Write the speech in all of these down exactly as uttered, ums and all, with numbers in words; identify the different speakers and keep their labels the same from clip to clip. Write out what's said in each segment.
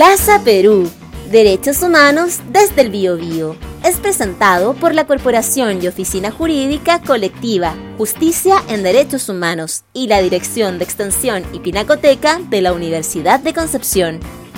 Speaker 1: Plaza Perú, Derechos Humanos desde el Biobío. Es presentado por la Corporación y Oficina Jurídica Colectiva, Justicia en Derechos Humanos y la Dirección de Extensión y Pinacoteca de la Universidad de Concepción.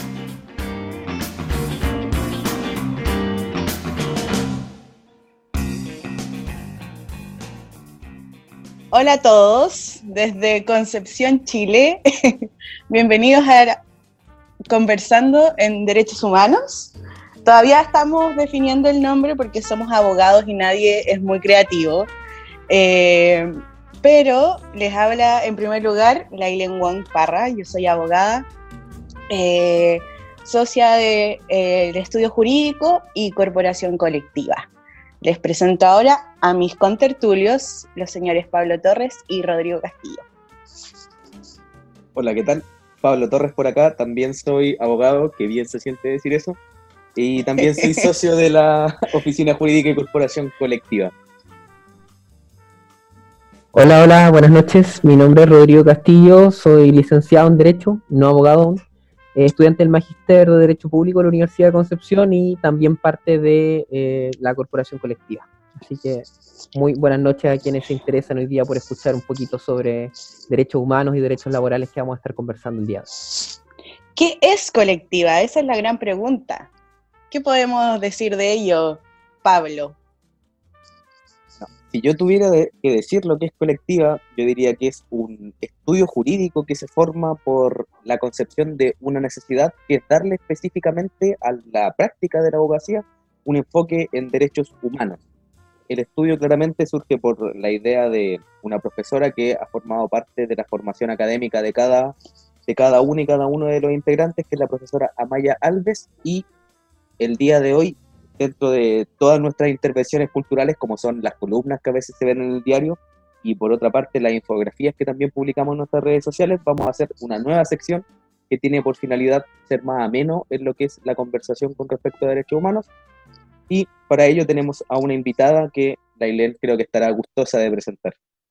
Speaker 2: Hola a todos, desde Concepción, Chile. Bienvenidos a Conversando en Derechos Humanos. Todavía estamos definiendo el nombre porque somos abogados y nadie es muy creativo. Eh, pero les habla en primer lugar Laylen Wong Parra. Yo soy abogada, eh, socia del de, eh, Estudio Jurídico y Corporación Colectiva. Les presento ahora a mis contertulios, los señores Pablo Torres y Rodrigo Castillo.
Speaker 3: Hola, ¿qué tal? Pablo Torres por acá, también soy abogado, que bien se siente decir eso, y también soy socio de la Oficina Jurídica y Corporación Colectiva.
Speaker 4: Hola, hola, buenas noches, mi nombre es Rodrigo Castillo, soy licenciado en Derecho, no abogado aún, eh, estudiante del Magíster de Derecho Público de la Universidad de Concepción y también parte de eh, la Corporación Colectiva. Así que muy buenas noches a quienes se interesan hoy día por escuchar un poquito sobre derechos humanos y derechos laborales que vamos a estar conversando el día de hoy.
Speaker 2: ¿Qué es colectiva? Esa es la gran pregunta. ¿Qué podemos decir de ello, Pablo?
Speaker 3: Si yo tuviera de, que decir lo que es colectiva, yo diría que es un estudio jurídico que se forma por la concepción de una necesidad que es darle específicamente a la práctica de la abogacía un enfoque en derechos humanos. El estudio claramente surge por la idea de una profesora que ha formado parte de la formación académica de cada, de cada uno y cada uno de los integrantes, que es la profesora Amaya Alves, y el día de hoy, dentro de todas nuestras intervenciones culturales, como son las columnas que a veces se ven en el diario, y por otra parte las infografías que también publicamos en nuestras redes sociales, vamos a hacer una nueva sección que tiene por finalidad ser más ameno en lo que es la conversación con respecto a derechos humanos. Y para ello tenemos a una invitada que Laylen creo que estará gustosa de presentar.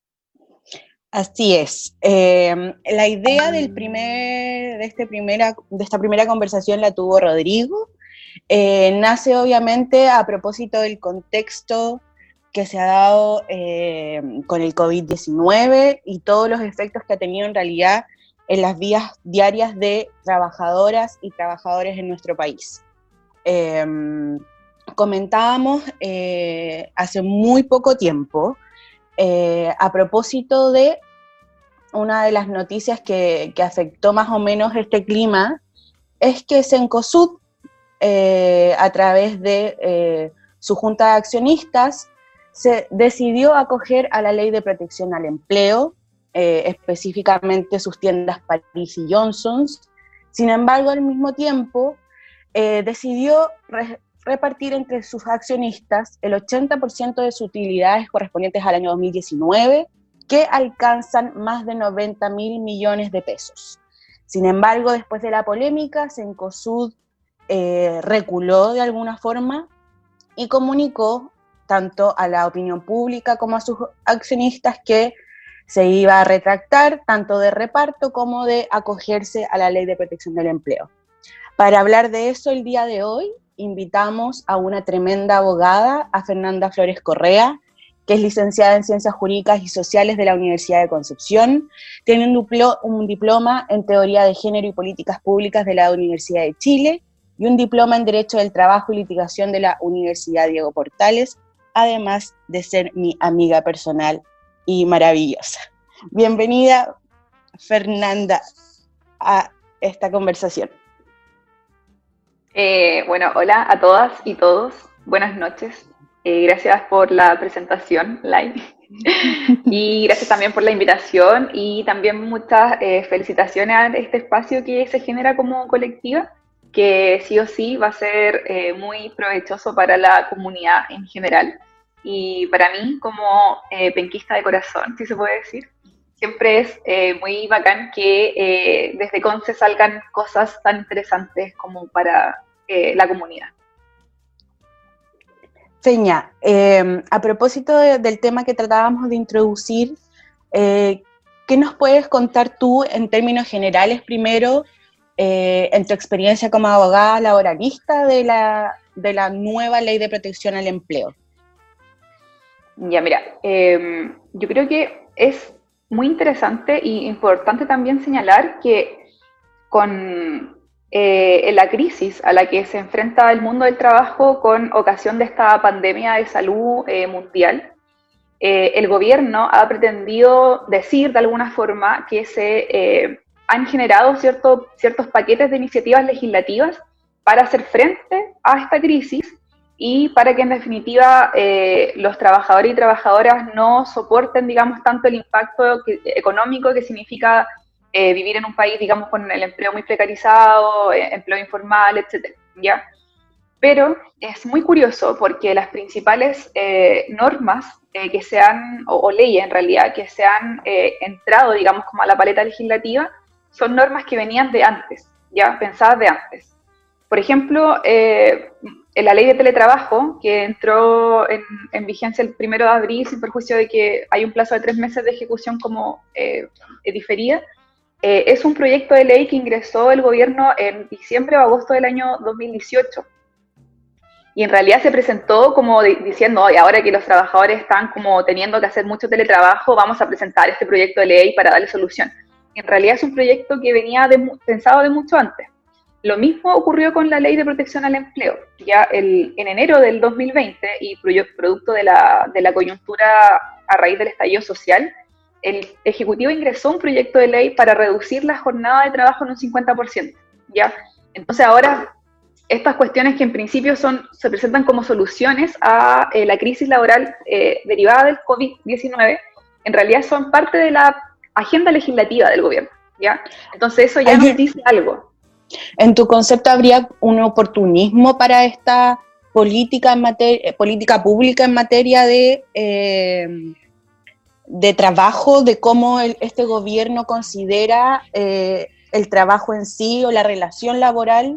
Speaker 2: Así es. Eh, la idea del primer, de, este primera, de esta primera conversación la tuvo Rodrigo. Eh, nace obviamente a propósito del contexto que se ha dado eh, con el covid diecinueve y todos los efectos que ha tenido en realidad en las vidas diarias de trabajadoras y trabajadores en nuestro país. Eh, Comentábamos eh, hace muy poco tiempo, eh, a propósito de una de las noticias que, que afectó más o menos este clima, es que Cencosud, eh, a través de eh, su junta de accionistas, se decidió acoger a la Ley de Protección al Empleo, eh, específicamente sus tiendas Paris y Johnson's. Sin embargo, al mismo tiempo, eh, decidió re- repartir entre sus accionistas el ochenta por ciento de sus utilidades correspondientes al año dos mil diecinueve, que alcanzan más de noventa mil millones de pesos. Sin embargo, después de la polémica, Cencosud eh, reculó de alguna forma y comunicó tanto a la opinión pública como a sus accionistas que se iba a retractar tanto de reparto como de acogerse a la Ley de Protección del Empleo. Para hablar de eso el día de hoy, invitamos a una tremenda abogada, a Fernanda Flores Correa, que es licenciada en Ciencias Jurídicas y Sociales de la Universidad de Concepción, tiene un, duplo, un diploma en Teoría de Género y Políticas Públicas de la Universidad de Chile y un diploma en Derecho del Trabajo y Litigación de la Universidad Diego Portales, además de ser mi amiga personal y maravillosa. Bienvenida, Fernanda, a esta conversación.
Speaker 5: Eh, bueno, hola a todas y todos, buenas noches, eh, gracias por la presentación, Lai, y gracias también por la invitación y también muchas eh, felicitaciones a este espacio que se genera como colectiva, que sí o sí va a ser eh, muy provechoso para la comunidad en general y para mí como eh, penquista de corazón, si se puede decir. Siempre es eh, muy bacán que eh, desde Conce salgan cosas tan interesantes como para eh, la comunidad.
Speaker 2: Feña, eh, a propósito de, del tema que tratábamos de introducir, eh, ¿qué nos puedes contar tú en términos generales primero eh, en tu experiencia como abogada laboralista de la, de la nueva ley de protección al empleo?
Speaker 5: Ya, mira, eh, yo creo que es muy interesante y importante también señalar que con eh, la crisis a la que se enfrenta el mundo del trabajo con ocasión de esta pandemia de salud eh, mundial, eh, el gobierno ha pretendido decir de alguna forma que se eh, han generado cierto, ciertos paquetes de iniciativas legislativas para hacer frente a esta crisis y para que en definitiva eh, los trabajadores y trabajadoras no soporten, digamos, tanto el impacto que, económico que significa eh, vivir en un país, digamos, con el empleo muy precarizado, eh, empleo informal, etcétera, ¿ya? Pero es muy curioso porque las principales eh, normas eh, que se han, o, o leyes en realidad, que se han eh, entrado, digamos, como a la paleta legislativa, son normas que venían de antes, ya, pensadas de antes. Por ejemplo, eh, en la ley de teletrabajo, que entró en, en vigencia el primero de abril, sin perjuicio de que hay un plazo de tres meses de ejecución como eh, diferida, eh, es un proyecto de ley que ingresó el gobierno en diciembre o agosto del año dos mil dieciocho. Y en realidad se presentó como de, diciendo, oye, ahora que los trabajadores están como teniendo que hacer mucho teletrabajo, vamos a presentar este proyecto de ley para darle solución. Y en realidad es un proyecto que venía de, pensado de mucho antes. Lo mismo ocurrió con la Ley de Protección al Empleo. Ya el, en enero del dos mil veinte, y producto de la, de la coyuntura a raíz del estallido social, el Ejecutivo ingresó un proyecto de ley para reducir la jornada de trabajo en un cincuenta por ciento. ¿Ya? Entonces ahora, estas cuestiones que en principio son, se presentan como soluciones a eh, la crisis laboral eh, derivada del COVID diecinueve, en realidad son parte de la agenda legislativa del gobierno. ¿Ya? Entonces eso ya nos dice algo.
Speaker 2: ¿En tu concepto habría un oportunismo para esta política, en materia, política pública en materia de, eh, de trabajo, de cómo el, este gobierno considera eh, el trabajo en sí o la relación laboral?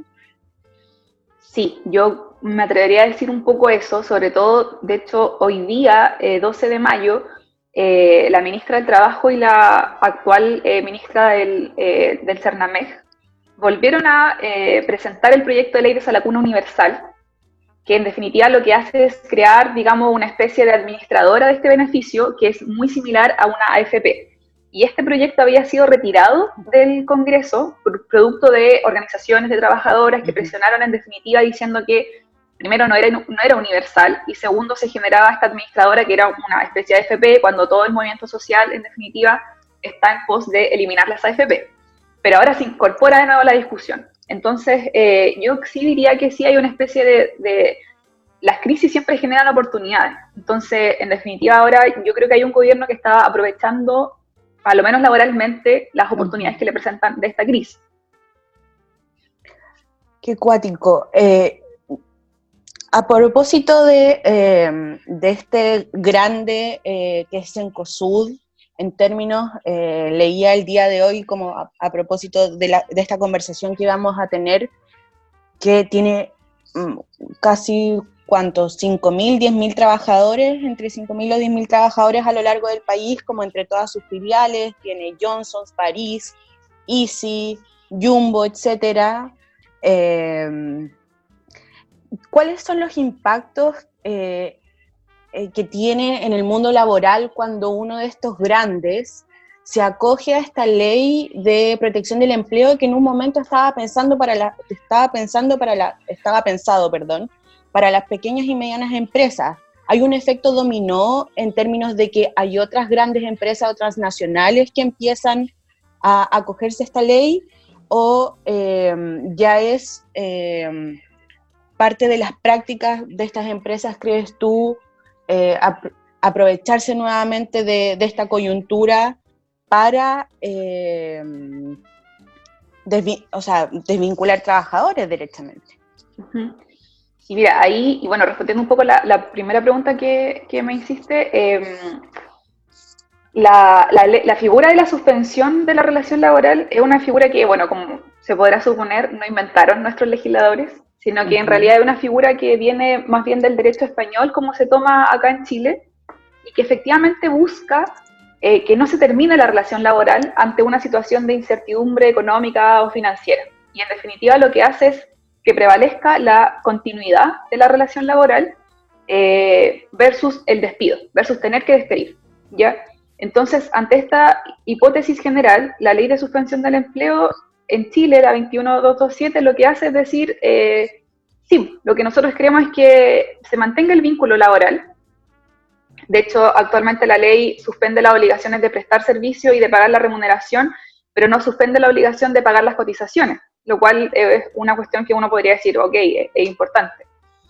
Speaker 5: Sí, yo me atrevería a decir un poco eso, sobre todo, de hecho, hoy día, eh, doce de mayo, eh, la ministra del Trabajo y la actual eh, ministra del, eh, del CERNAMEG volvieron a eh, presentar el proyecto de ley de Salacuna Universal, que en definitiva lo que hace es crear, digamos, una especie de administradora de este beneficio que es muy similar a una A F P. Y este proyecto había sido retirado del Congreso por producto de organizaciones de trabajadoras que presionaron en definitiva diciendo que primero no era, no era universal y segundo se generaba esta administradora que era una especie de A F P cuando todo el movimiento social en definitiva está en pos de eliminar las A F P. Pero ahora se incorpora de nuevo a la discusión. Entonces, eh, yo sí diría que sí hay una especie de, de... Las crisis siempre generan oportunidades. Entonces, en definitiva, ahora yo creo que hay un gobierno que está aprovechando, a lo menos laboralmente, las oportunidades que le presentan de esta crisis.
Speaker 2: Qué cuático. Eh, a propósito de, eh, de este grande eh, que es Cencosud, en términos, eh, leía el día de hoy como a, a propósito de, la, de esta conversación que íbamos a tener, que tiene mm, casi, ¿cuántos? cinco mil, diez mil trabajadores, entre cinco mil o diez mil trabajadores a lo largo del país, como entre todas sus filiales, tiene Johnson's, París, Easy, Jumbo, etcétera. Eh, ¿Cuáles son los impactos eh, que tiene en el mundo laboral cuando uno de estos grandes se acoge a esta ley de protección del empleo que en un momento estaba pensando para la, estaba pensando para la, estaba pensado, perdón, para las pequeñas y medianas empresas? ¿Hay un efecto dominó en términos de que hay otras grandes empresas, otras nacionales que empiezan a acogerse a esta ley? ¿O eh, ya es eh, parte de las prácticas de estas empresas, crees tú, Eh, ap- aprovecharse nuevamente de, de esta coyuntura para eh, desvi- o sea, desvincular trabajadores derechamente?
Speaker 5: Uh-huh. Sí, mira, ahí, y bueno, respondiendo un poco la, la primera pregunta que, que me hiciste, eh, la, la, la figura de la suspensión de la relación laboral es una figura que, bueno, como se podrá suponer, no inventaron nuestros legisladores, sino que uh-huh. en realidad es una figura que viene más bien del derecho español, como se toma acá en Chile, y que efectivamente busca eh, que no se termine la relación laboral ante una situación de incertidumbre económica o financiera. y en definitiva lo que hace es que prevalezca la continuidad de la relación laboral eh, versus el despido, versus tener que despedir, ¿ya? Entonces, ante esta hipótesis general, la ley de suspensión del empleo en Chile, la veintiuno mil doscientos veintisiete, lo que hace es decir, eh, sí, lo que nosotros queremos es que se mantenga el vínculo laboral. De hecho, actualmente la ley suspende las obligaciones de prestar servicio y de pagar la remuneración, pero no suspende la obligación de pagar las cotizaciones, lo cual es una cuestión que uno podría decir, ok, es, es importante.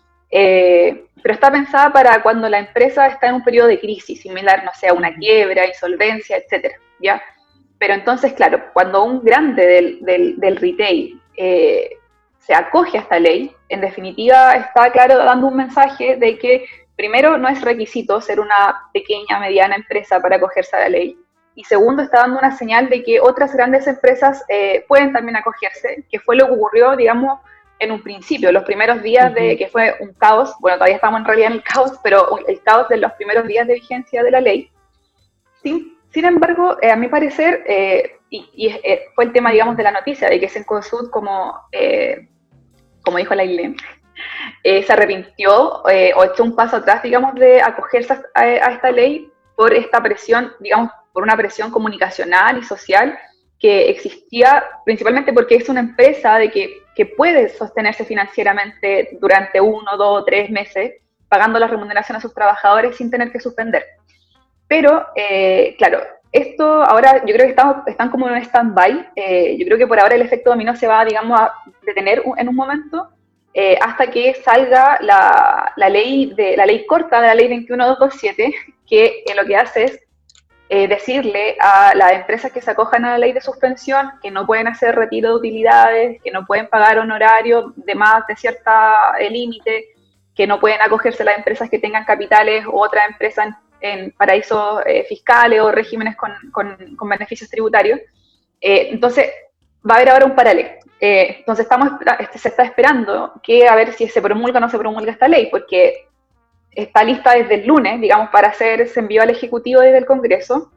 Speaker 5: Eh, pero está pensada para cuando la empresa está en un periodo de crisis, similar, no sé, a una quiebra, insolvencia, etcétera, ¿ya? Pero entonces, claro, cuando un grande del, del, del retail eh, se acoge a esta ley, en definitiva está, claro, dando un mensaje de que, primero, no es requisito ser una pequeña, mediana empresa para acogerse a la ley, y segundo, está dando una señal de que otras grandes empresas eh, pueden también acogerse, que fue lo que ocurrió, digamos, en un principio, los primeros días de que fue un caos, bueno, todavía estamos en realidad en el caos, pero el caos de los primeros días de vigencia de la ley. Sin, sin embargo, eh, a mi parecer, eh, y, y eh, fue el tema, digamos, de la noticia, de que Cencosud, como, eh, como dijo la Ailén, eh, se arrepintió eh, o echó un paso atrás, digamos, de acogerse a, a esta ley por esta presión, digamos, por una presión comunicacional y social que existía, principalmente porque es una empresa de que, que puede sostenerse financieramente durante uno, dos o tres meses, pagando la remuneración a sus trabajadores sin tener que suspender. Pero, eh, claro, esto ahora yo creo que estamos, están como en un stand-by. Eh, yo creo que por ahora el efecto dominó se va, digamos, a detener en un momento, eh, hasta que salga la, la, ley de, la ley corta de la ley veintiuno mil doscientos veintisiete, que eh, lo que hace es Eh, decirle a las empresas que se acojan a la ley de suspensión que no pueden hacer retiro de utilidades, que no pueden pagar honorarios de más de cierto eh, límite, que no pueden acogerse a las empresas que tengan capitales u otras empresas en, en paraísos eh, fiscales o regímenes con, con, con beneficios tributarios. Eh, entonces, va a haber ahora un paralelo. Eh, entonces, estamos, se está esperando que a ver si se promulga o no se promulga esta ley, porque está lista desde el lunes, digamos, para hacerse envío al Ejecutivo desde el Congreso.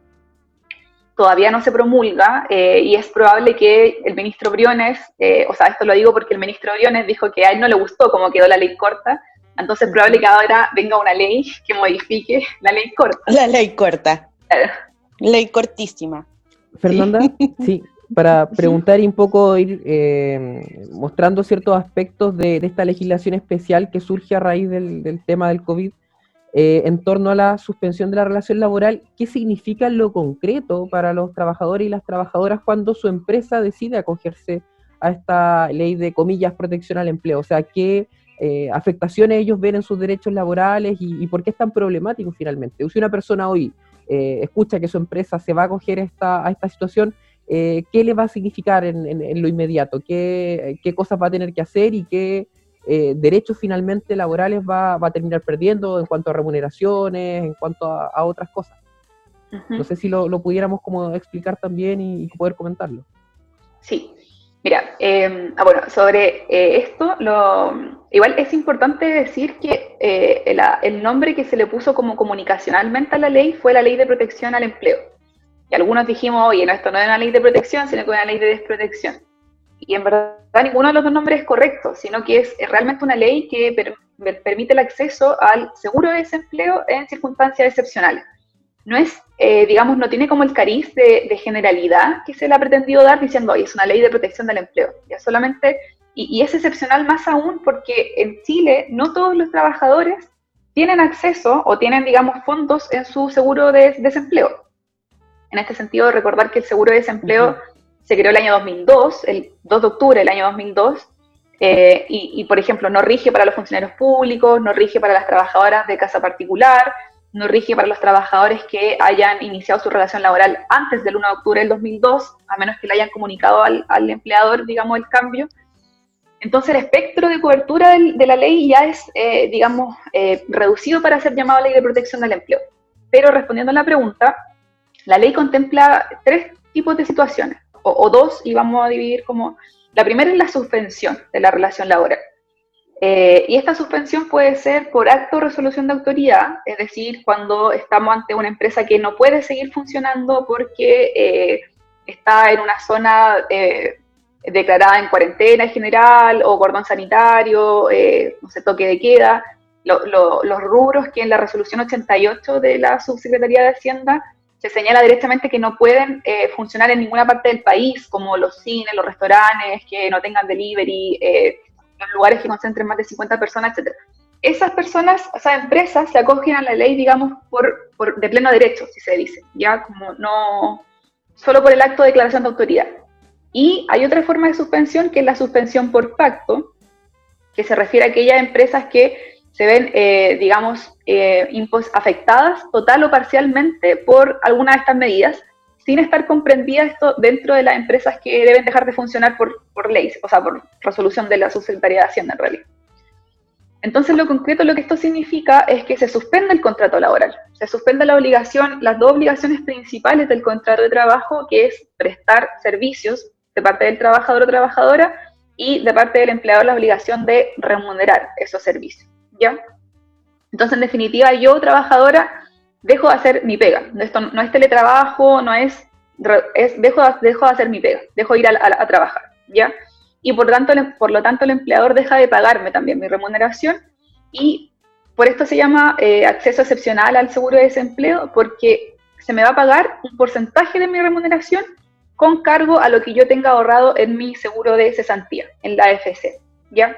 Speaker 5: Todavía no se promulga eh, y es probable que el ministro Briones, eh, o sea, esto lo digo porque el ministro Briones dijo que a él no le gustó cómo quedó la ley corta, entonces es probable que ahora venga una ley que modifique la ley corta.
Speaker 2: La ley corta.
Speaker 5: Claro.
Speaker 2: Ley cortísima.
Speaker 4: Fernanda, sí, sí para preguntar y un poco ir eh, mostrando ciertos aspectos de, de esta legislación especial que surge a raíz del, del tema del COVID, eh, en torno a la suspensión de la relación laboral. ¿Qué significa en lo concreto para los trabajadores y las trabajadoras cuando su empresa decide acogerse a esta ley de, comillas, protección al empleo? O sea, ¿qué eh, afectaciones ellos ven en sus derechos laborales y, y por qué es tan problemático finalmente? Si una persona hoy eh, escucha que su empresa se va a acoger a esta, a esta situación, Eh, ¿qué le va a significar en, en, en lo inmediato? ¿Qué, qué cosas va a tener que hacer y qué eh, derechos finalmente laborales va, va a terminar perdiendo en cuanto a remuneraciones, en cuanto a, a otras cosas? Uh-huh. No sé si lo, lo pudiéramos como explicar también y, y poder comentarlo.
Speaker 5: Sí, mira, eh, ah, bueno, sobre eh, esto, lo, igual es importante decir que eh, la, el nombre que se le puso como comunicacionalmente a la ley fue la Ley de Protección al Empleo. Y algunos dijimos, oye, no, esto no es una ley de protección, sino que es una ley de desprotección. Y en verdad ninguno de los dos nombres es correcto, sino que es, es realmente una ley que per, permite el acceso al seguro de desempleo en circunstancias excepcionales. No es, eh, digamos, no tiene como el cariz de, de generalidad que se le ha pretendido dar diciendo, oye, es una ley de protección del empleo. Ya solamente, y, y es excepcional más aún porque en Chile no todos los trabajadores tienen acceso o tienen, digamos, fondos en su seguro de desempleo. En este sentido, recordar que el seguro de desempleo uh-huh. se creó el año dos mil dos, el dos de octubre del año dos mil dos, eh, y, y, por ejemplo, no rige para los funcionarios públicos, no rige para las trabajadoras de casa particular, no rige para los trabajadores que hayan iniciado su relación laboral antes del uno de octubre del dos mil dos, a menos que le hayan comunicado al, al empleador, digamos, el cambio. Entonces, el espectro de cobertura del, de la ley ya es, eh, digamos, eh, reducido para ser llamado Ley de Protección del Empleo. Pero, respondiendo a la pregunta, la ley contempla tres tipos de situaciones, o, o dos, y vamos a dividir como... La primera es la suspensión de la relación laboral. Eh, y esta suspensión puede ser por acto o resolución de autoridad, es decir, cuando estamos ante una empresa que no puede seguir funcionando porque eh, está en una zona eh, declarada en cuarentena en general, o cordón sanitario, eh, no sé, toque de queda, lo, lo, los rubros que en la resolución ochenta y ocho de la Subsecretaría de Hacienda se señala directamente que no pueden eh, funcionar en ninguna parte del país, como los cines, los restaurantes, que no tengan delivery, eh, los lugares que concentren más de cincuenta personas, etcétera. Esas personas, esas empresas, se acogen a la ley, digamos, por, por de pleno derecho, si se dice, ya como no solo por el acto de declaración de autoridad. Y hay otra forma de suspensión, que es la suspensión por pacto, que se refiere a aquellas empresas que se ven, eh, digamos, eh, afectadas total o parcialmente por alguna de estas medidas, sin estar comprendida esto dentro de las empresas que deben dejar de funcionar por, por ley, o sea, por resolución de la Subsecretaría de Hacienda en realidad. Entonces, lo concreto, lo que esto significa es que se suspende el contrato laboral, se suspende la obligación, las dos obligaciones principales del contrato de trabajo, que es prestar servicios de parte del trabajador o trabajadora, y de parte del empleador la obligación de remunerar esos servicios, ¿ya? Entonces, en definitiva, yo, trabajadora, dejo de hacer mi pega. Esto no es teletrabajo, no es, es dejo, dejo de hacer mi pega, dejo de ir a, a, a trabajar, ¿ya? Y por, tanto, por lo tanto el empleador deja de pagarme también mi remuneración, y por esto se llama eh, acceso excepcional al seguro de desempleo, porque se me va a pagar un porcentaje de mi remuneración con cargo a lo que yo tenga ahorrado en mi seguro de cesantía, en la A F C, ¿ya?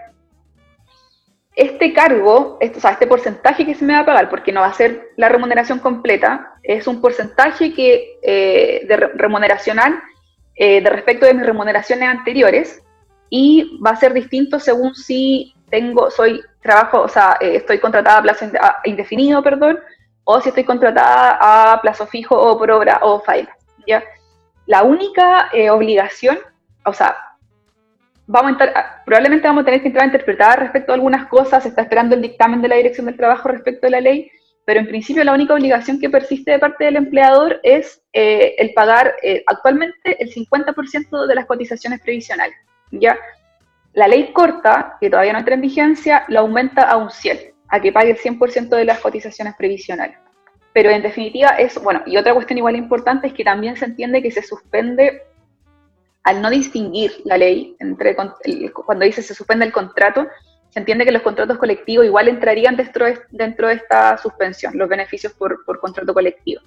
Speaker 5: Este cargo, este, o sea, este porcentaje que se me va a pagar, porque no va a ser la remuneración completa, es un porcentaje que, eh, de re remuneracional eh, de respecto de mis remuneraciones anteriores, y va a ser distinto según si tengo, soy trabajo, o sea, eh, estoy contratada a plazo indefinido, perdón, o si estoy contratada a plazo fijo o por obra o faena, ¿ya? La única eh, obligación, o sea, vamos a entrar, probablemente vamos a tener que entrar a interpretar respecto a algunas cosas, se está esperando el dictamen de la Dirección del Trabajo respecto de la ley, pero en principio la única obligación que persiste de parte del empleador es eh, el pagar eh, actualmente el cincuenta por ciento de las cotizaciones previsionales, ¿ya? La ley corta, que todavía no entra en vigencia, lo aumenta a un cien, a que pague el cien por ciento de las cotizaciones previsionales. Pero en definitiva es, bueno, y otra cuestión igual importante es que también se entiende que se suspende, al no distinguir la ley, entre cuando dice se suspende el contrato, se entiende que los contratos colectivos igual entrarían dentro de, dentro de esta suspensión, los beneficios por, por contrato colectivo.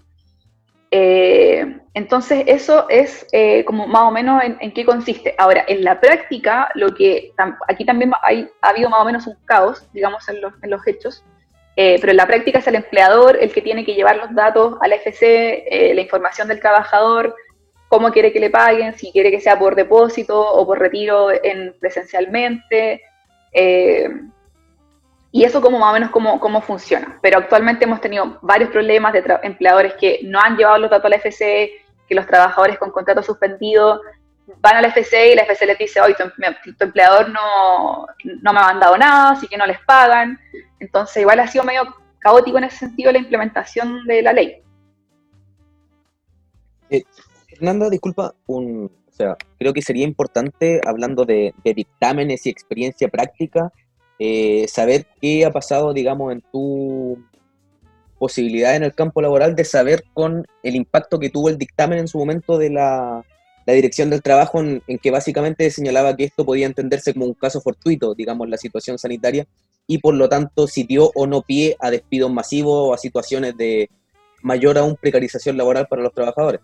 Speaker 5: Eh, entonces eso es eh, como más o menos en, en qué consiste. Ahora, en la práctica, lo que tam, aquí también hay, ha habido más o menos un caos, digamos, en los, en los hechos, eh, pero en la práctica es el empleador el que tiene que llevar los datos a la F C, eh, la información del trabajador, cómo quiere que le paguen, si quiere que sea por depósito o por retiro en, presencialmente, eh, y eso como más o menos cómo, cómo funciona. Pero actualmente hemos tenido varios problemas de empleadores que no han llevado los datos a la F C, que los trabajadores con contrato suspendido van a la F C y la F C les dice, oye, tu, tu empleador no, no me ha mandado nada, así que no les pagan. Entonces igual ha sido medio caótico en ese sentido la implementación de la ley.
Speaker 3: Eh, Fernanda, disculpa, un, o sea, creo que sería importante, hablando de, de dictámenes y experiencia práctica, eh, saber qué ha pasado, digamos, en tu posibilidad en el campo laboral de saber con el impacto que tuvo el dictamen en su momento de la, la Dirección del Trabajo, en, en que básicamente señalaba que esto podía entenderse como un caso fortuito, digamos, la situación sanitaria, y por lo tanto si dio o no pie a despidos masivos o a situaciones de mayor aún precarización laboral para los trabajadores.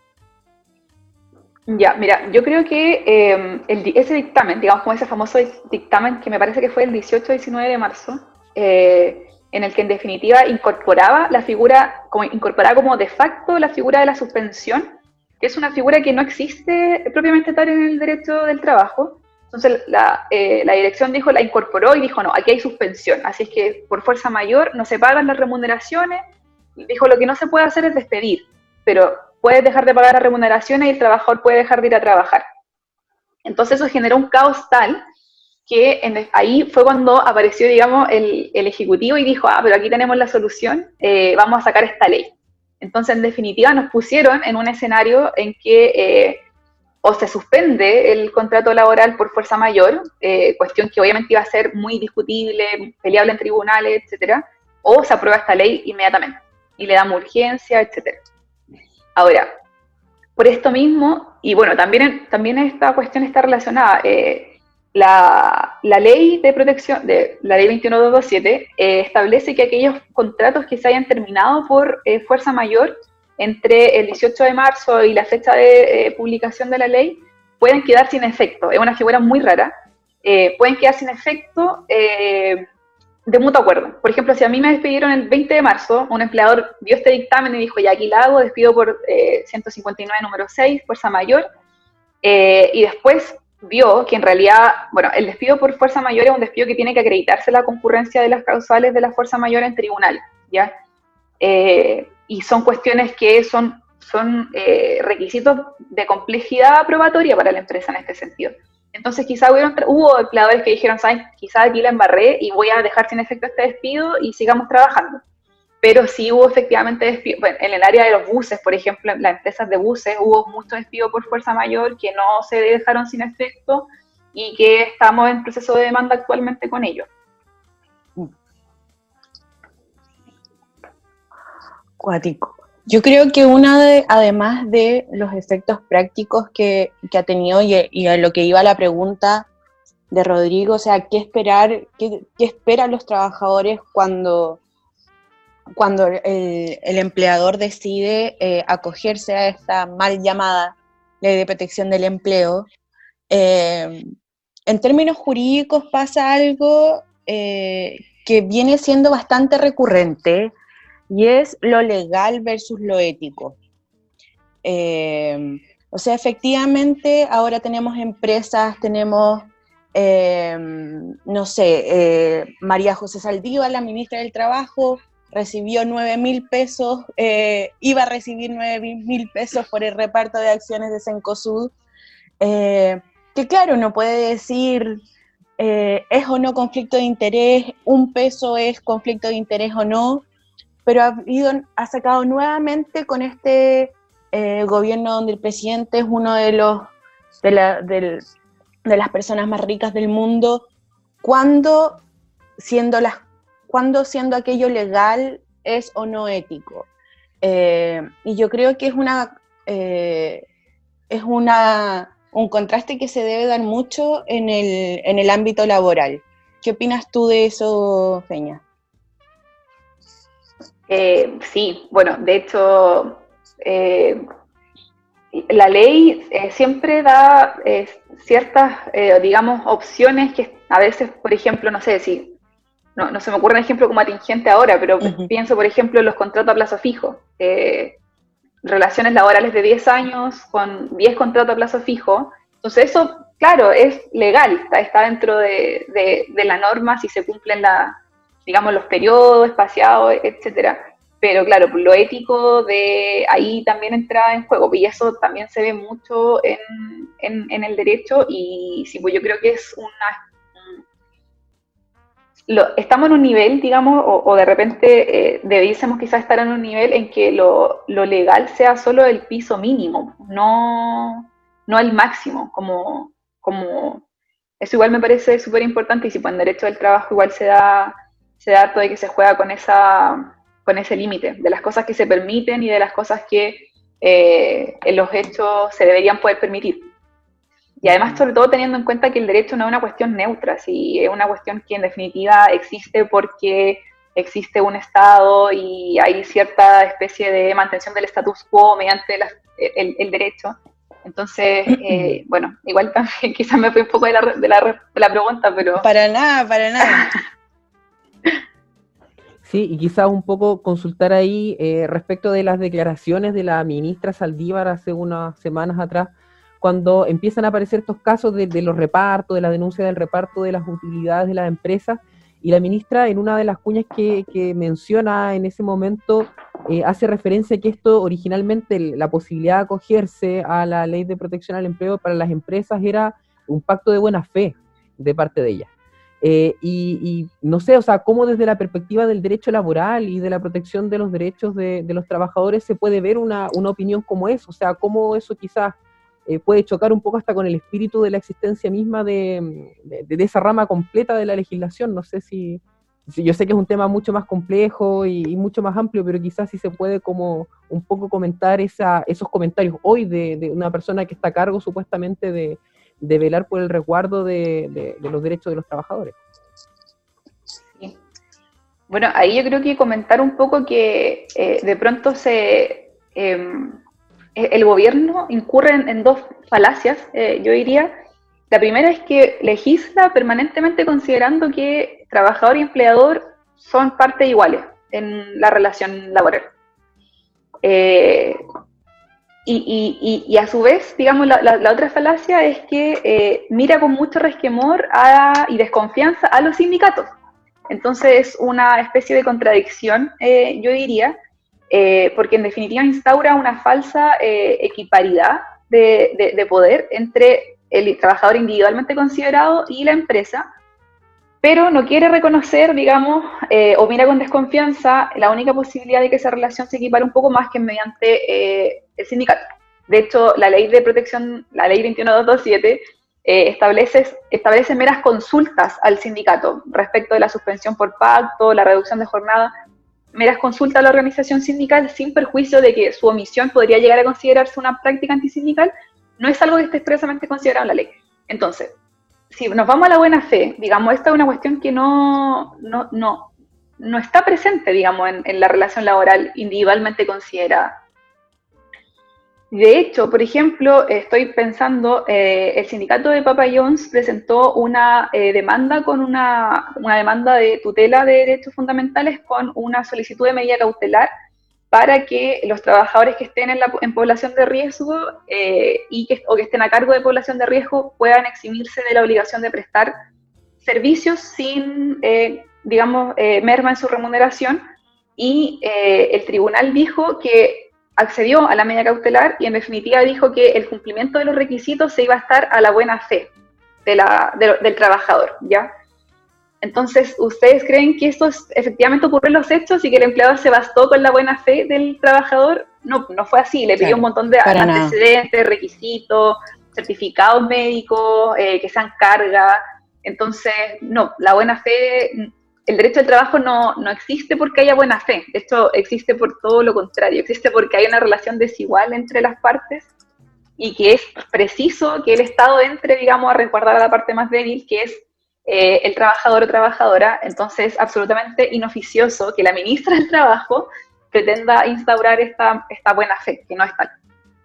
Speaker 5: Ya, mira, yo creo que eh, el, ese dictamen, digamos como ese famoso dictamen que me parece que fue el dieciocho diecinueve de marzo, eh, en el que en definitiva incorporaba la figura, como, incorporaba como de facto la figura de la suspensión, que es una figura que no existe propiamente tal en el derecho del trabajo. Entonces la, eh, la dirección dijo, la incorporó y dijo, no, aquí hay suspensión, así es que por fuerza mayor no se pagan las remuneraciones. Dijo, lo que no se puede hacer es despedir, pero puedes dejar de pagar las remuneraciones y el trabajador puede dejar de ir a trabajar. Entonces eso generó un caos tal que en, ahí fue cuando apareció, digamos, el, el Ejecutivo y dijo, ah, pero aquí tenemos la solución, eh, vamos a sacar esta ley. Entonces, en definitiva, nos pusieron en un escenario en que eh, o se suspende el contrato laboral por fuerza mayor, eh, cuestión que obviamente iba a ser muy discutible, peleable en tribunales, etcétera, o se aprueba esta ley inmediatamente y le damos urgencia, etcétera. Ahora, por esto mismo, y bueno, también, también esta cuestión está relacionada. Eh, la, la ley de protección, de la ley veintiuno mil doscientos veintisiete, eh, establece que aquellos contratos que se hayan terminado por eh, fuerza mayor entre el dieciocho de marzo y la fecha de eh, publicación de la ley pueden quedar sin efecto. Es una figura muy rara. Eh, pueden quedar sin efecto eh, de mutuo acuerdo. Por ejemplo, si a mí me despidieron el veinte de marzo, un empleador vio este dictamen y dijo, ya aquí la hago, despido por eh, ciento cincuenta y nueve número seis, fuerza mayor, eh, y después vio que en realidad, bueno, el despido por fuerza mayor es un despido que tiene que acreditarse la concurrencia de las causales de la fuerza mayor en tribunal, ¿ya? Eh, y son cuestiones que son, son eh, requisitos de complejidad probatoria para la empresa en este sentido. Entonces quizá hubo, hubo empleadores que dijeron, ¿sabes? Quizá aquí la embarré y voy a dejar sin efecto este despido y sigamos trabajando. Pero sí hubo efectivamente despido. Bueno, en el área de los buses, por ejemplo, en las empresas de buses, hubo mucho despido por fuerza mayor que no se dejaron sin efecto y que estamos en proceso de demanda actualmente con ellos.
Speaker 2: Cuático. Yo creo que una de, además de los efectos prácticos que, que ha tenido y, y a lo que iba la pregunta de Rodrigo, o sea, ¿qué esperar, qué, qué esperan los trabajadores cuando, cuando el, el empleador decide eh, acogerse a esta mal llamada ley de protección del empleo? Eh, en términos jurídicos pasa algo eh, que viene siendo bastante recurrente, y es lo legal versus lo ético. Eh, o sea, efectivamente, ahora tenemos empresas, tenemos, eh, no sé, eh, María José Saldívar, la ministra del Trabajo, recibió nueve mil pesos, eh, iba a recibir nueve mil pesos por el reparto de acciones de Cencosud, eh, que claro, uno puede decir, eh, es o no conflicto de interés, un peso es conflicto de interés o no, pero ha, ido, ha sacado nuevamente con este eh, gobierno donde el presidente es uno de los de, la, de, de las personas más ricas del mundo, cuando siendo, las, cuando siendo aquello legal es o no ético. Eh, y yo creo que es una eh, es una un contraste que se debe dar mucho en el, en el ámbito laboral. ¿Qué opinas tú de eso, Peña?
Speaker 5: Eh, sí, bueno, de hecho, eh, la ley eh, siempre da eh, ciertas, eh, digamos, opciones que a veces, por ejemplo, no sé si, no, no se me ocurre un ejemplo como atingente ahora, pero uh-huh. pienso, por ejemplo, en los contratos a plazo fijo, eh, relaciones laborales de diez años con diez contratos a plazo fijo, entonces eso, claro, es legal, está, está dentro de, de, de la norma si se cumplen la... digamos, los periodos espaciados, etcétera. Pero claro, lo ético de ahí también entra en juego, y eso también se ve mucho en, en, en el derecho, y sí, pues yo creo que es una... Lo, estamos en un nivel, digamos, o, o de repente eh, debiésemos quizás estar en un nivel en que lo, lo legal sea solo el piso mínimo, no, no el máximo, como, como... Eso igual me parece súper importante, y si pues en derecho del trabajo igual se da... se da todo de que se juega con esa con ese límite, de las cosas que se permiten y de las cosas que eh, en los hechos se deberían poder permitir. Y además, sobre todo teniendo en cuenta que el derecho no es una cuestión neutra, sí, es una cuestión que en definitiva existe porque existe un Estado y hay cierta especie de mantención del status quo mediante la, el, el derecho. Entonces, eh, bueno, igual también quizás me fui un poco de la, de la, de la pregunta, pero...
Speaker 2: Para nada, para nada.
Speaker 4: Sí, y quizás un poco consultar ahí eh, respecto de las declaraciones de la ministra Saldívar hace unas semanas atrás, cuando empiezan a aparecer estos casos de, de los repartos, de la denuncia del reparto de las utilidades de las empresas, y la ministra en una de las cuñas que, que menciona en ese momento eh, hace referencia a que esto originalmente, la posibilidad de acogerse a la ley de protección al empleo para las empresas era un pacto de buena fe de parte de ellas. Eh, y, y no sé, o sea, cómo desde la perspectiva del derecho laboral y de la protección de los derechos de, de los trabajadores se puede ver una, una opinión como esa, o sea, cómo eso quizás eh, puede chocar un poco hasta con el espíritu de la existencia misma de, de, de esa rama completa de la legislación. No sé si, yo sé que es un tema mucho más complejo y, y mucho más amplio, pero quizás sí se puede como un poco comentar esa, esos comentarios hoy de, de una persona que está a cargo supuestamente de, de velar por el resguardo de, de, de los derechos de los trabajadores.
Speaker 5: Sí. Bueno, ahí yo creo que comentar un poco que eh, de pronto se eh, el gobierno incurre en, en dos falacias, eh, yo diría. La primera es que legisla permanentemente considerando que trabajador y empleador son partes iguales en la relación laboral. Eh, y, y, y a su vez, digamos, la, la, la otra falacia es que eh, mira con mucho resquemor a, y desconfianza a los sindicatos. Entonces es una especie de contradicción, eh, yo diría, eh, porque en definitiva instaura una falsa eh, equiparidad de, de, de poder entre el trabajador individualmente considerado y la empresa, pero no quiere reconocer, digamos, eh, o mira con desconfianza la única posibilidad de que esa relación se equipare un poco más que mediante eh, el sindicato. De hecho, la ley de protección, la ley veintiuno mil doscientos veintisiete, eh, establece, establece meras consultas al sindicato respecto de la suspensión por pacto, la reducción de jornada, meras consultas a la organización sindical sin perjuicio de que su omisión podría llegar a considerarse una práctica antisindical. No es algo que esté expresamente considerado en la ley. Entonces, si nos vamos a la buena fe, digamos, esta es una cuestión que no, no, no, no está presente, digamos, en, en la relación laboral individualmente considerada. De hecho, por ejemplo, estoy pensando, eh, el sindicato de Papa John's presentó una eh, demanda con una, una demanda de tutela de derechos fundamentales con una solicitud de medida cautelar para que los trabajadores que estén en, la, en población de riesgo eh, y que, o que estén a cargo de población de riesgo puedan eximirse de la obligación de prestar servicios sin, eh, digamos, eh, merma en su remuneración. Y eh, el tribunal dijo que accedió a la medida cautelar y en definitiva dijo que el cumplimiento de los requisitos se iba a estar a la buena fe de la, de, del trabajador, ¿ya? Entonces, ¿ustedes creen que esto es, efectivamente ocurrió en los hechos y que el empleador se bastó con la buena fe del trabajador? No, no fue así, le pidió claro, un montón de antecedentes, nada. requisitos, certificados médicos, eh, que sean carga. Entonces, no, la buena fe, el derecho al trabajo no, no existe porque haya buena fe, de hecho existe por todo lo contrario, existe porque hay una relación desigual entre las partes y que es preciso que el Estado entre, digamos, a resguardar a la parte más débil, que es Eh, el trabajador o trabajadora. Entonces es absolutamente inoficioso que la ministra del Trabajo pretenda instaurar esta, esta buena fe, que no es tal.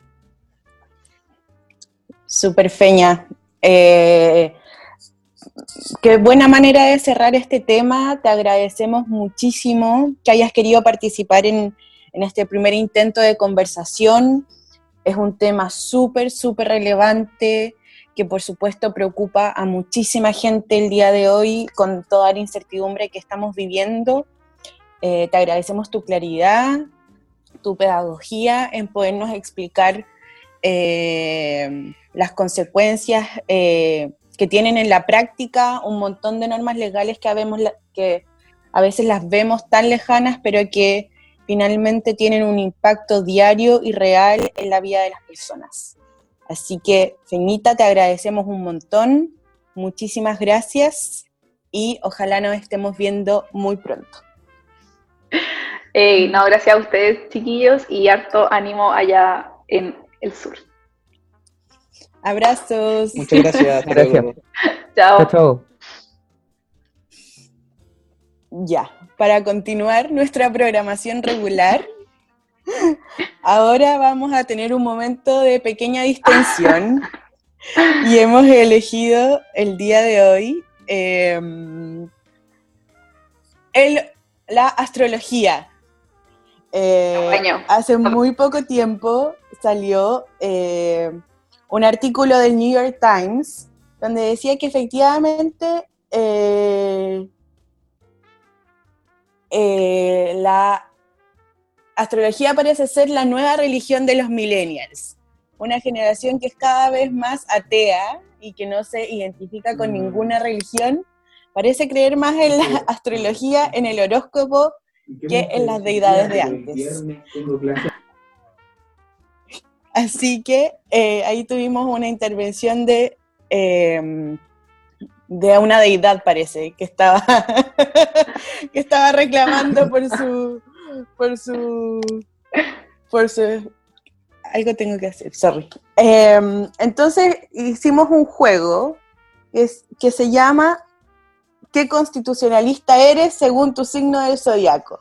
Speaker 2: Súper Feña. Eh, qué buena manera de cerrar este tema. Te agradecemos muchísimo que hayas querido participar en, en este primer intento de conversación. Es un tema súper, súper relevante, que por supuesto preocupa a muchísima gente el día de hoy con toda la incertidumbre que estamos viviendo. Eh, te agradecemos tu claridad, tu pedagogía en podernos explicar eh, las consecuencias eh, que tienen en la práctica un montón de normas legales que, habemos, que a veces las vemos tan lejanas, pero que finalmente tienen un impacto diario y real en la vida de las personas. Así que, Feñita, te agradecemos un montón, muchísimas gracias y ojalá nos estemos viendo muy pronto.
Speaker 5: Hey, no, gracias a ustedes, chiquillos, y harto ánimo allá en el sur.
Speaker 2: Abrazos.
Speaker 3: Muchas gracias.
Speaker 4: Gracias.
Speaker 5: Chao.
Speaker 4: Chao, chao.
Speaker 2: Ya, para continuar nuestra programación regular, ahora vamos a tener un momento de pequeña distensión y hemos elegido el día de hoy eh, el, la astrología. Eh, hace muy poco tiempo salió eh, un artículo del New York Times donde decía que efectivamente eh, eh, la astrología parece ser la nueva religión de los millennials, una generación que es cada vez más atea y que no se identifica con ninguna religión, parece creer más en la astrología, en el horóscopo, que en las deidades de antes. Así que eh, ahí tuvimos una intervención de, eh, de una deidad, parece, que estaba, que estaba reclamando por su, por su, por su, algo tengo que hacer, sorry. Eh, entonces hicimos un juego que, es, que se llama ¿Qué constitucionalista eres según tu signo del zodiaco?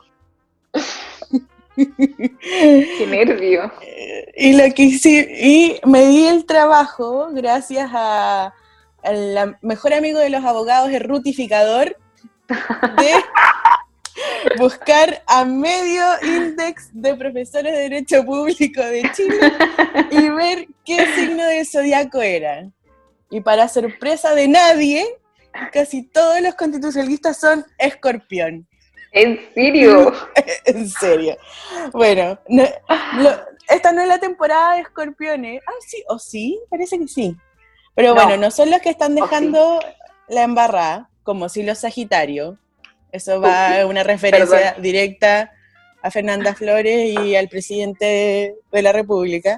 Speaker 5: Qué nervio.
Speaker 2: Y lo que hice, y me di el trabajo, gracias a el mejor amigo de los abogados, el rutificador, de buscar a medio índice de profesores de Derecho Público de Chile y ver qué signo del zodiaco eran. Y para sorpresa de nadie, casi todos los constitucionalistas son Escorpión.
Speaker 5: ¿En serio?
Speaker 2: En serio. Bueno, no, lo, esta no es la temporada de Escorpiones. Ah, sí, o sí, parece que sí. Pero no. Bueno, no son los que están dejando sí. la embarrada, como si los Sagitarios. Eso va a una referencia Perdón. directa a Fernanda Flores y al presidente de, de la República.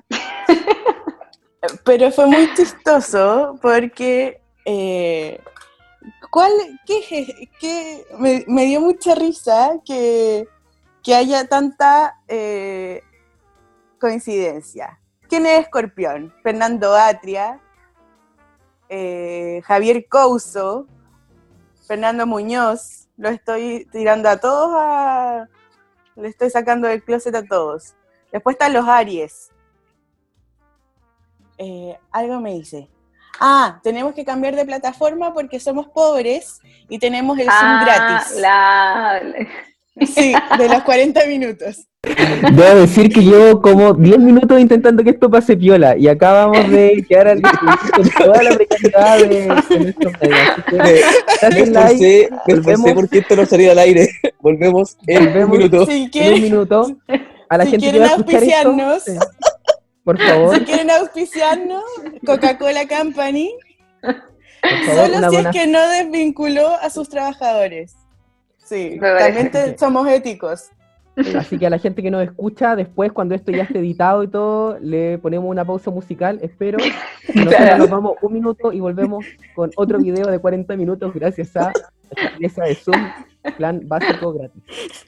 Speaker 2: Pero fue muy chistoso porque eh, ¿cuál, qué, qué, me, me dio mucha risa que, que haya tanta eh, coincidencia. ¿Quién es Escorpión? Fernando Atria, eh, Javier Couso, Fernando Muñoz. Lo estoy tirando a todos, a, le estoy sacando del closet a todos. Después están los Aries. Eh, algo me dice. Ah, tenemos que cambiar de plataforma porque somos pobres y tenemos el Zoom
Speaker 5: ah,
Speaker 2: gratis.
Speaker 5: La...
Speaker 2: Sí, de los cuarenta minutos.
Speaker 4: Debo decir que llevo como diez minutos intentando que esto pase piola y acabamos de quedar al con toda la precariedad de, de nuestros medios.
Speaker 3: Me esforcé, me esforcé porque esto no salía al aire. Volvemos en
Speaker 4: Volvemos
Speaker 3: un minuto.
Speaker 2: Si
Speaker 4: quieren, en un minuto. A la
Speaker 2: si
Speaker 4: gente
Speaker 2: quieren
Speaker 4: que va a escuchar
Speaker 2: auspiciarnos,
Speaker 4: esto, sí. Por favor.
Speaker 2: Si quieren auspiciarnos, Coca-Cola Company,
Speaker 4: Por favor,
Speaker 2: solo
Speaker 4: una
Speaker 2: si
Speaker 4: buena...
Speaker 2: es que no desvinculó a sus trabajadores. Sí, también te, somos éticos.
Speaker 4: Así que a la gente que nos escucha, después cuando esto ya esté editado y todo, le ponemos una pausa musical, espero. Nosotros claro. Nos vamos un minuto y volvemos con otro video de cuarenta minutos gracias a esta pieza de Zoom, plan básico gratis.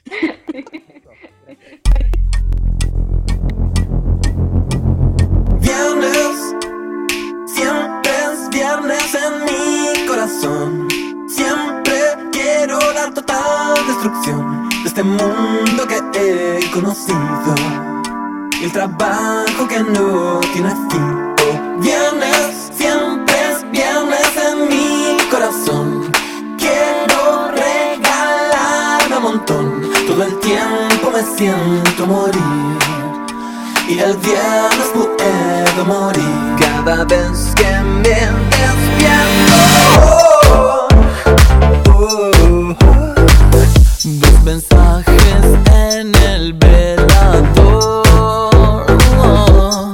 Speaker 6: Viernes, siempre es viernes en mi corazón. Siempre quiero la total destrucción de este mundo que he conocido y el trabajo que no tiene fin. Oh, viernes, siempre es viernes en mi corazón. Quiero regalarme un montón. Todo el tiempo me siento morir y el viernes puedo morir. Cada vez que me despierto, oh, oh, oh, dos mensajes en el velador. Oh,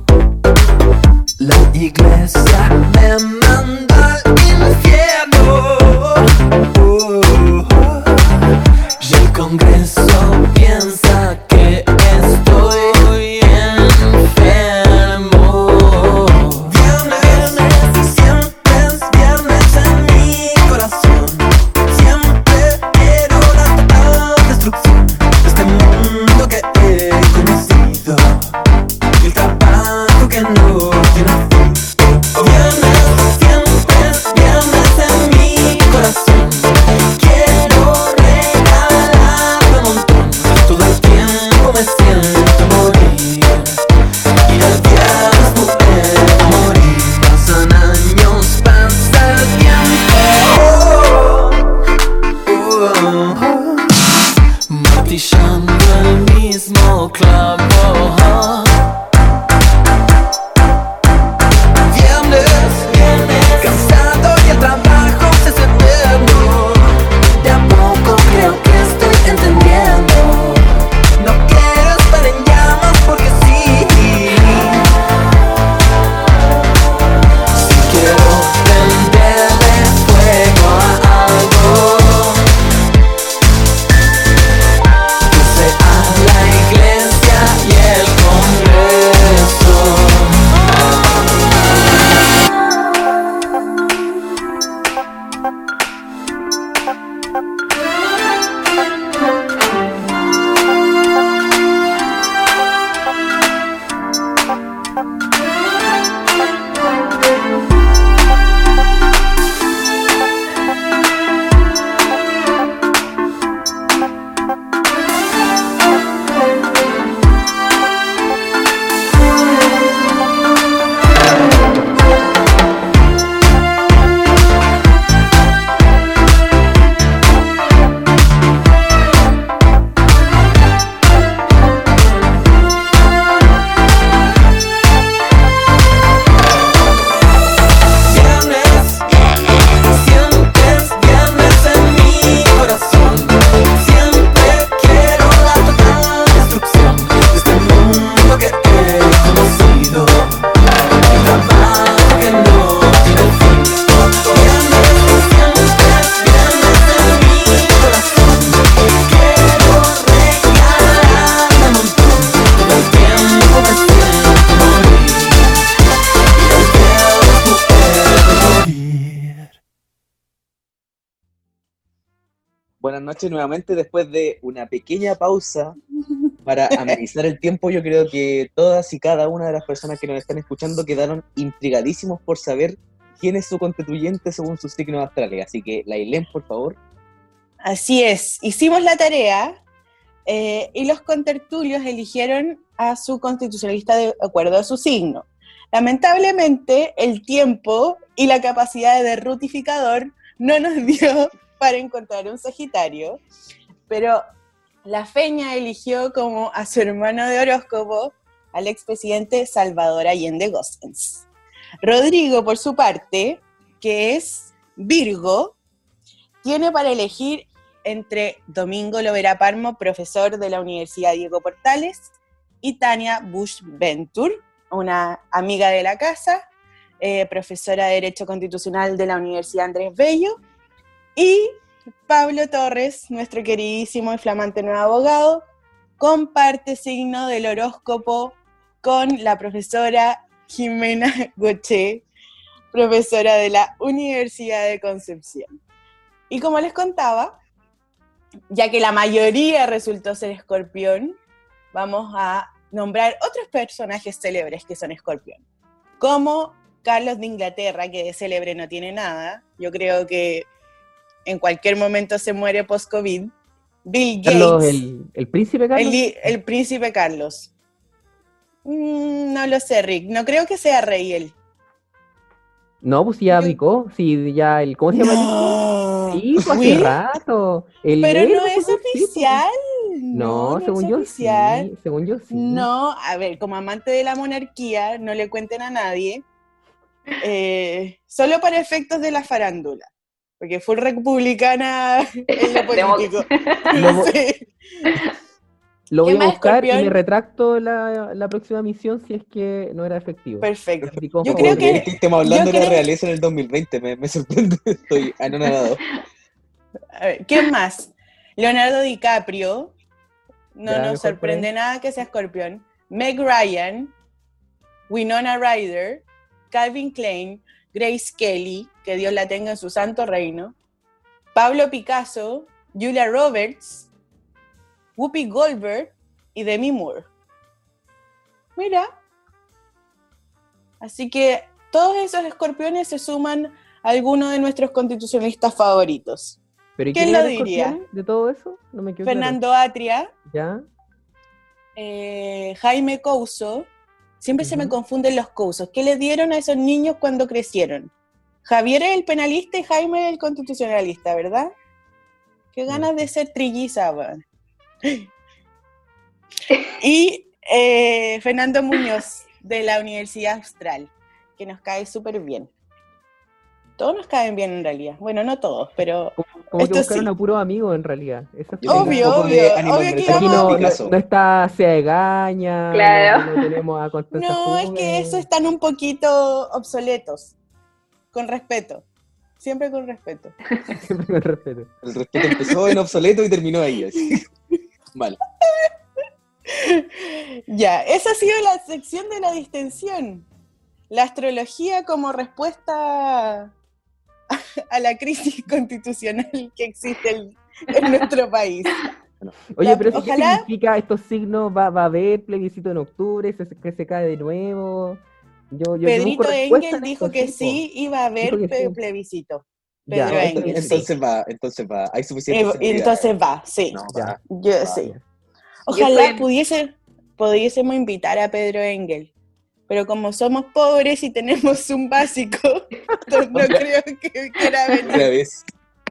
Speaker 6: la iglesia me manda al infierno. Oh, oh, y el Congreso piensa que estoy enfermo. Viernes, viernes, siempre es viernes en mi corazón. Siempre quiero la total destrucción de este mundo que he conocido y el trabajo que no tiene fin. Viernes, siempre es viernes en mi corazón. Quiero regalarme un montón. Todo el tiempo me siento morir y el viernes puedo morir. Pasan años, pasa el tiempo. Oh, oh, oh. Martillando el mismo clavo. Viernes, viernes, cansado y el trabajo se hace eterno. De a poco creo que estoy entendiendo. No quiero estar en llamas porque sí. Si quiero prenderle fuego a algo, que sea la iglesia y el Congreso.
Speaker 3: buenas noches nuevamente después de una pequeña pausa para amenizar el tiempo. Yo creo que todas y cada una de las personas que nos están escuchando quedaron intrigadísimos por saber quién es su constituyente según sus signos astrales. Así que, Lailén, por favor.
Speaker 2: Así es, hicimos la tarea eh, y los contertulios eligieron a su constitucionalista de acuerdo a su signo. Lamentablemente, el tiempo y la capacidad de rutificador no nos dio para encontrar un Sagitario, pero la Feña eligió como a su hermano de horóscopo al expresidente Salvador Allende Gossens. Rodrigo, por su parte, que es Virgo, tiene para elegir entre Domingo Lovera Parmo, profesor de la Universidad Diego Portales, y Tania Bush Venture, una amiga de la casa, eh, profesora de Derecho Constitucional de la Universidad Andrés Bello, y Pablo Torres, nuestro queridísimo y flamante nuevo abogado, comparte signo del horóscopo con la profesora Jimena Goché, profesora de la Universidad de Concepción. Y como les contaba, ya que la mayoría resultó ser Escorpión, vamos a nombrar otros personajes célebres que son Escorpión, como Carlos de Inglaterra, que de célebre no tiene nada, yo creo que en cualquier momento se muere post-COVID. Bill Gates.
Speaker 4: Carlos, el, el príncipe Carlos.
Speaker 2: El, el príncipe Carlos. Mm, no lo sé, Rick. No creo que sea rey él.
Speaker 4: No, pues ya abdicó. Sí, ya el. ¿Cómo se llama?
Speaker 2: No.
Speaker 4: El... Sí, pues hace
Speaker 2: ¿Will?
Speaker 4: rato. El
Speaker 2: Pero
Speaker 4: negro,
Speaker 2: no es
Speaker 4: pues, sí, pues.
Speaker 2: oficial.
Speaker 4: No,
Speaker 2: No, no
Speaker 4: según
Speaker 2: es
Speaker 4: yo
Speaker 2: oficial.
Speaker 4: sí. Según yo sí.
Speaker 2: No, a ver, como amante de la monarquía, no le cuenten a nadie. Eh, solo para efectos de la farándula. Porque fue republicana en lo político. No sé.
Speaker 4: Lo voy
Speaker 2: ¿Qué
Speaker 4: a
Speaker 2: más,
Speaker 4: buscar
Speaker 2: Escorpión?
Speaker 4: y me retracto la, la próxima misión si es que no era efectivo.
Speaker 2: Perfecto.
Speaker 4: Abdicó
Speaker 2: Yo
Speaker 4: a
Speaker 2: creo
Speaker 4: favor de-
Speaker 2: que-
Speaker 3: Creer que estemos hablando
Speaker 2: yo
Speaker 3: de la
Speaker 2: creo-
Speaker 3: realeza en el dos mil veinte, me, me sorprende, estoy anonadado.
Speaker 2: A ver, ¿quién más? Leonardo DiCaprio. No
Speaker 4: Ya,
Speaker 2: nos
Speaker 4: mejor por
Speaker 2: sorprende
Speaker 4: ahí.
Speaker 2: nada que sea Escorpión. Meg Ryan, Winona Ryder, Calvin Klein, Grace Kelly, que Dios la tenga en su santo reino, Pablo Picasso, Julia Roberts, Whoopi Goldberg y Demi Moore. Mira. Así que todos esos escorpiones se suman a algunos de nuestros constitucionalistas favoritos.
Speaker 4: ¿Pero ¿y
Speaker 2: ¿Quién
Speaker 4: quién
Speaker 2: lo
Speaker 4: era el
Speaker 2: diría?
Speaker 4: escorpión de todo eso? No me quedó
Speaker 2: Fernando Atria,
Speaker 4: claro.
Speaker 2: eh, Jaime Couso. Siempre se me
Speaker 4: Ujú.
Speaker 2: confunden los Cousos. ¿Qué le dieron a esos niños cuando crecieron? Javier es el penalista y Jaime es el constitucionalista, ¿verdad? Qué ganas de ser trilliza, weón. Y eh, Fernando Muñoz, de la Universidad Austral, que nos cae súper bien. Todos nos caen bien en realidad. Bueno, no todos, pero
Speaker 4: Como, como que
Speaker 2: Esto
Speaker 4: buscaron
Speaker 2: sí.
Speaker 4: a puros amigos en realidad. Eso es
Speaker 3: Yo tengo un
Speaker 2: Obvio,
Speaker 3: poco de
Speaker 2: obvio,
Speaker 3: ánimo
Speaker 2: obvio que
Speaker 3: mercado
Speaker 4: Aquí
Speaker 2: vamos
Speaker 4: no,
Speaker 2: a-
Speaker 4: no,
Speaker 3: Picasso.
Speaker 4: no está Sea de Gaña,
Speaker 5: Claro.
Speaker 4: no, no tenemos a Constanza
Speaker 2: no, es
Speaker 4: Juve.
Speaker 2: que eso están un poquito obsoletos. Con respeto. Siempre con respeto.
Speaker 4: Siempre con respeto.
Speaker 3: El respeto empezó en obsoleto y terminó ahí. Así. Mal.
Speaker 2: Ya, esa ha sido la sección de la distensión. La astrología como respuesta a la crisis constitucional que existe en, en nuestro país.
Speaker 4: Oye,
Speaker 2: La-
Speaker 4: pero ¿eso ¿qué
Speaker 2: ojalá-
Speaker 4: significa estos signos? ¿Va, va a haber plebiscito en octubre? ¿Se, que se cae de nuevo? Yo, yo, yo
Speaker 2: Pedrito
Speaker 4: busco respuesta
Speaker 2: Engel
Speaker 4: en
Speaker 2: dijo
Speaker 4: esto,
Speaker 2: que
Speaker 4: po.
Speaker 2: sí iba a haber
Speaker 4: Dijo que
Speaker 2: pe-
Speaker 4: sí.
Speaker 2: plebiscito.
Speaker 4: Ya,
Speaker 2: Pedro
Speaker 4: ok,
Speaker 2: Engel, sí.
Speaker 3: Entonces va, entonces va. Hay
Speaker 2: Eh,
Speaker 3: suficiente
Speaker 2: y
Speaker 3: seguridad.
Speaker 2: entonces va, sí.
Speaker 3: No,
Speaker 4: Ya.
Speaker 3: va.
Speaker 2: Yo
Speaker 3: va.
Speaker 2: sí.
Speaker 4: ya.
Speaker 2: Ojalá
Speaker 5: estoy-
Speaker 2: pudiese, pudiésemos invitar a Pedro Engel, pero como somos pobres y tenemos un básico, no, no creo que quiera
Speaker 3: Otra
Speaker 2: venir.
Speaker 3: vez.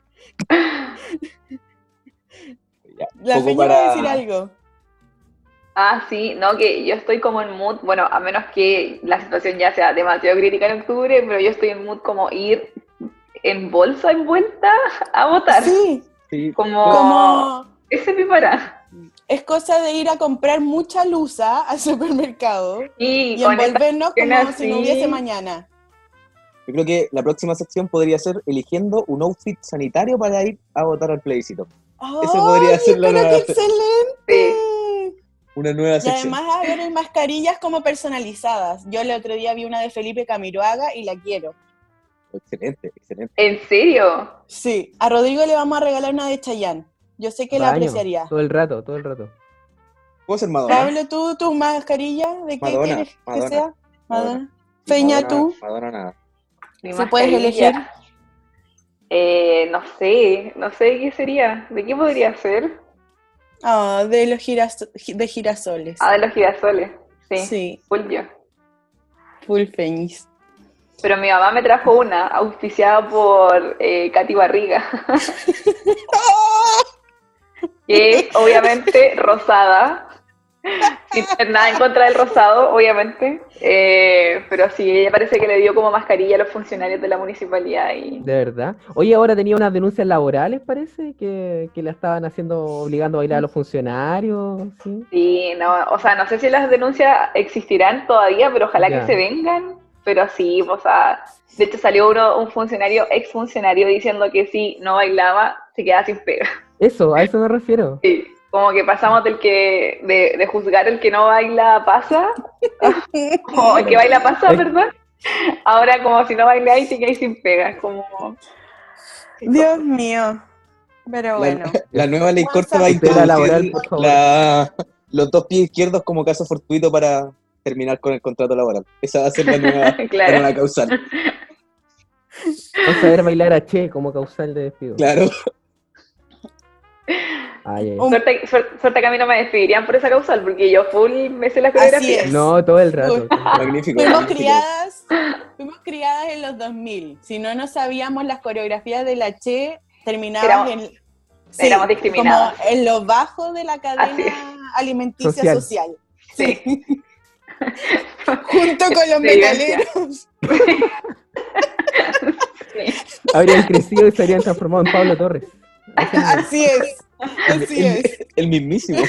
Speaker 3: Ya,
Speaker 2: La
Speaker 3: poco
Speaker 2: Feña
Speaker 3: para-
Speaker 2: va a decir algo.
Speaker 5: Ah, sí, no, que yo estoy como en mood, bueno, a menos que la situación ya sea demasiado crítica en octubre, pero yo estoy en mood como ir en bolsa envuelta a votar.
Speaker 2: Sí,
Speaker 3: Sí,
Speaker 5: Como,
Speaker 2: como
Speaker 5: ese es mi para.
Speaker 2: es cosa de ir a comprar mucha luza al supermercado
Speaker 5: Y,
Speaker 2: y
Speaker 5: con esta
Speaker 2: envolvernos como
Speaker 5: cuestión
Speaker 2: si no
Speaker 5: así-
Speaker 2: hubiese mañana.
Speaker 3: yo creo que la próxima sección podría ser eligiendo un outfit sanitario para ir a votar al plebiscito. Ese podría
Speaker 2: ¡Ay,
Speaker 3: ser la
Speaker 2: pero
Speaker 3: nueva-
Speaker 2: qué excelente!
Speaker 3: Una nueva
Speaker 2: Y
Speaker 3: sección.
Speaker 2: además a ver mascarillas como personalizadas. Yo el otro día vi una de Felipe Camiroaga y la quiero.
Speaker 3: Excelente, excelente.
Speaker 5: ¿En serio?
Speaker 2: Sí, a Rodrigo le vamos a regalar una de Chayanne. Yo sé que la
Speaker 4: Baño,
Speaker 2: apreciaría.
Speaker 4: todo el rato, todo el rato.
Speaker 3: ¿Puedo ser Madonna?
Speaker 2: Pablo, ¿tú, tu mascarilla? ¿De qué
Speaker 3: Madonna,
Speaker 2: quieres que
Speaker 3: Madonna,
Speaker 2: sea? Madonna.
Speaker 3: Madonna.
Speaker 2: Feña,
Speaker 3: Madonna-
Speaker 2: tú,
Speaker 3: Madonna nada.
Speaker 5: Mi
Speaker 2: si puedes
Speaker 5: mascarilla.
Speaker 2: elegir.
Speaker 5: Eh, no sé, no sé qué sería. ¿De qué podría ser?
Speaker 2: Ah, de los giras de girasoles.
Speaker 5: Ah, de los girasoles. Sí,
Speaker 2: Sí,
Speaker 5: full yo.
Speaker 2: full feñis.
Speaker 5: Pero mi mamá me trajo una, auspiciada por eh, Katy Barriga, que es obviamente rosada, sin tener nada en contra del rosado, obviamente, eh, pero sí, ella parece que le dio como mascarilla a los funcionarios de la municipalidad y
Speaker 4: De verdad. Oye, ahora tenía unas denuncias laborales, parece, que, que la estaban haciendo, obligando a bailar a los funcionarios, ¿sí?
Speaker 5: sí, no, o sea, no sé si las denuncias existirán todavía, pero ojalá
Speaker 4: Ya.
Speaker 5: que se vengan, pero sí, o sea, de hecho salió uno, un funcionario, ex funcionario, diciendo que si no bailaba, se quedaba sin pega.
Speaker 4: Eso, a eso me refiero.
Speaker 5: Sí, como que pasamos del que, de, de juzgar el que no baila pasa, como el que baila pasa,
Speaker 4: Ay.
Speaker 5: ¿verdad? Ahora como si no bailáis te quedáis sin pega, como...
Speaker 2: Dios mío. Pero bueno.
Speaker 3: La, la nueva ley
Speaker 2: Vamos
Speaker 3: corta
Speaker 2: a-
Speaker 3: va a
Speaker 4: Tutela laboral,
Speaker 3: introducir
Speaker 4: por favor.
Speaker 3: la- los dos pies izquierdos como caso fortuito para terminar con el contrato laboral. Esa va a ser la nueva,
Speaker 5: Claro.
Speaker 3: la nueva causal.
Speaker 4: No saber bailar a Che como causal de despido.
Speaker 3: Claro.
Speaker 4: Ay, ay.
Speaker 2: Un-
Speaker 5: Suerte, suerte, suerte que a mí no me despedirían por esa causal, porque yo full me sé la
Speaker 2: Así
Speaker 5: coreografía.
Speaker 2: es.
Speaker 4: No, todo el rato.
Speaker 3: Magnífico.
Speaker 2: Fuimos
Speaker 3: magnífico.
Speaker 2: criadas, fuimos criadas en los dos mil. Si no nos sabíamos las coreografías de la Che, terminábamos
Speaker 5: Éramos-
Speaker 2: en, sí,
Speaker 5: éramos discriminadas.
Speaker 2: como en lo bajo de la
Speaker 5: Así
Speaker 2: cadena
Speaker 5: es.
Speaker 2: alimenticia
Speaker 4: Social.
Speaker 2: social.
Speaker 5: Sí.
Speaker 2: Junto con los
Speaker 5: De vivencia.
Speaker 2: metaleros.
Speaker 5: Sí.
Speaker 4: Habrían crecido y se habrían transformado en Pablo Torres.
Speaker 2: Así es. Así
Speaker 3: El,
Speaker 2: es.
Speaker 3: el mismísimo.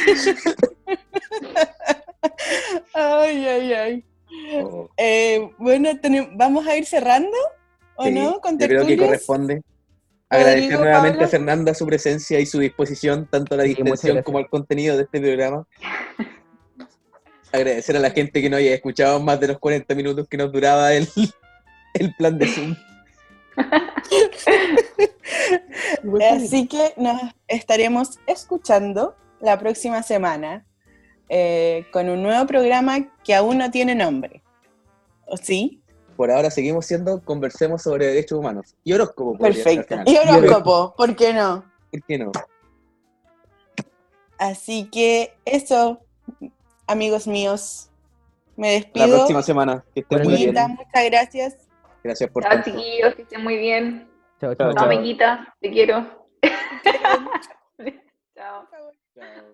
Speaker 2: Ay, ay, ay.
Speaker 3: Oh,
Speaker 2: Eh, bueno, tenem- ¿vamos a ir cerrando? ¿O
Speaker 3: sí,
Speaker 2: no? ¿Con
Speaker 3: yo creo que
Speaker 2: tertulias?
Speaker 3: corresponde. Agradecer
Speaker 2: Rodrigo,
Speaker 3: nuevamente
Speaker 2: Pablo.
Speaker 3: a Fernanda su presencia y su disposición tanto a la
Speaker 4: Sí, muchas
Speaker 3: distensión
Speaker 4: gracias.
Speaker 3: como al contenido de este programa. Agradecer a la gente que no haya escuchado más de los cuarenta minutos que nos duraba el, el plan de Zoom.
Speaker 2: Así que nos estaremos escuchando la próxima semana eh, con un nuevo programa que aún no tiene nombre. ¿O sí?
Speaker 3: Por ahora seguimos siendo Conversemos sobre Derechos Humanos. Y horóscopo. podría ser
Speaker 2: Perfecto.
Speaker 3: al final.
Speaker 2: Y horóscopo, ¿por qué no?
Speaker 3: ¿Por qué no?
Speaker 2: Así que eso, amigos míos, me
Speaker 3: Hasta la
Speaker 2: despido.
Speaker 3: próxima semana. Que estén
Speaker 4: Buenas
Speaker 3: muy bien.
Speaker 2: Amiguita, muchas gracias.
Speaker 3: Gracias por
Speaker 5: Chao,
Speaker 3: tanto.
Speaker 5: chiquillos, que estén muy bien.
Speaker 4: Chao,
Speaker 3: Chao,
Speaker 4: chao.
Speaker 5: No,
Speaker 3: chao.
Speaker 5: amiguita, te quiero. Chao.
Speaker 3: Chao.